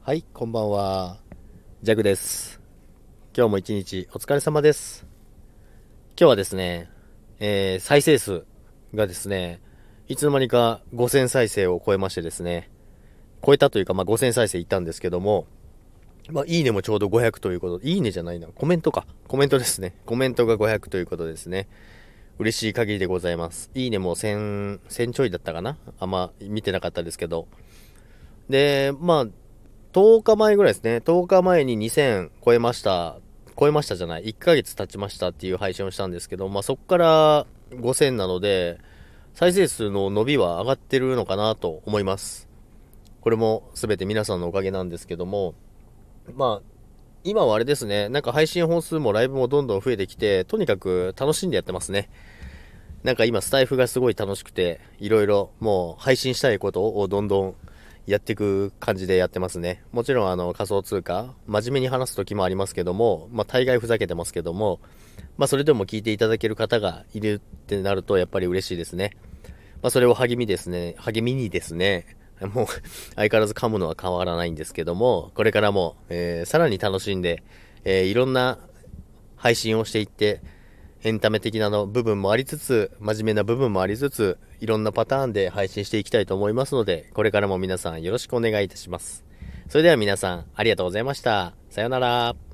はい、こんばんは。ジャグです。今日も一日お疲れ様です。今日はですね、再生数がですね、いつの間にか5000再生を超えましてですね、超えたというか、5000再生いったんですけども、いいねもちょうど500ということで、いいねじゃないな、コメントか。コメントですね。コメントが500ということですね。嬉しい限りでございます。いいねも1000ちょいだったかな、あんま見てなかったですけど。で、10日前ぐらいですね。10日前に2000超えました。超えましたじゃない。1ヶ月経ちましたっていう配信をしたんですけど、そこから5000なので、再生数の伸びは上がってるのかなと思います。これも全て皆さんのおかげなんですけども、まあ、今はあれですね。なんか配信本数もライブもどんどん増えてきて、とにかく楽しんでやってますね。なんか今スタイフがすごい楽しくて、いろいろもう配信したいことをどんどんやっていく感じでやってますね。もちろん仮想通貨、真面目に話す時もありますけども、大概ふざけてますけども、それでも聞いていただける方がいるってなるとやっぱり嬉しいですね。それを励みにですね、もう相変わらず噛むのは変わらないんですけども、これからも、さらに楽しんで、いろんな配信をしていって、エンタメ的なの部分もありつつ、真面目な部分もありつつ、いろんなパターンで配信していきたいと思いますので、これからも皆さんよろしくお願いいたします。それでは皆さん、ありがとうございました。さようなら。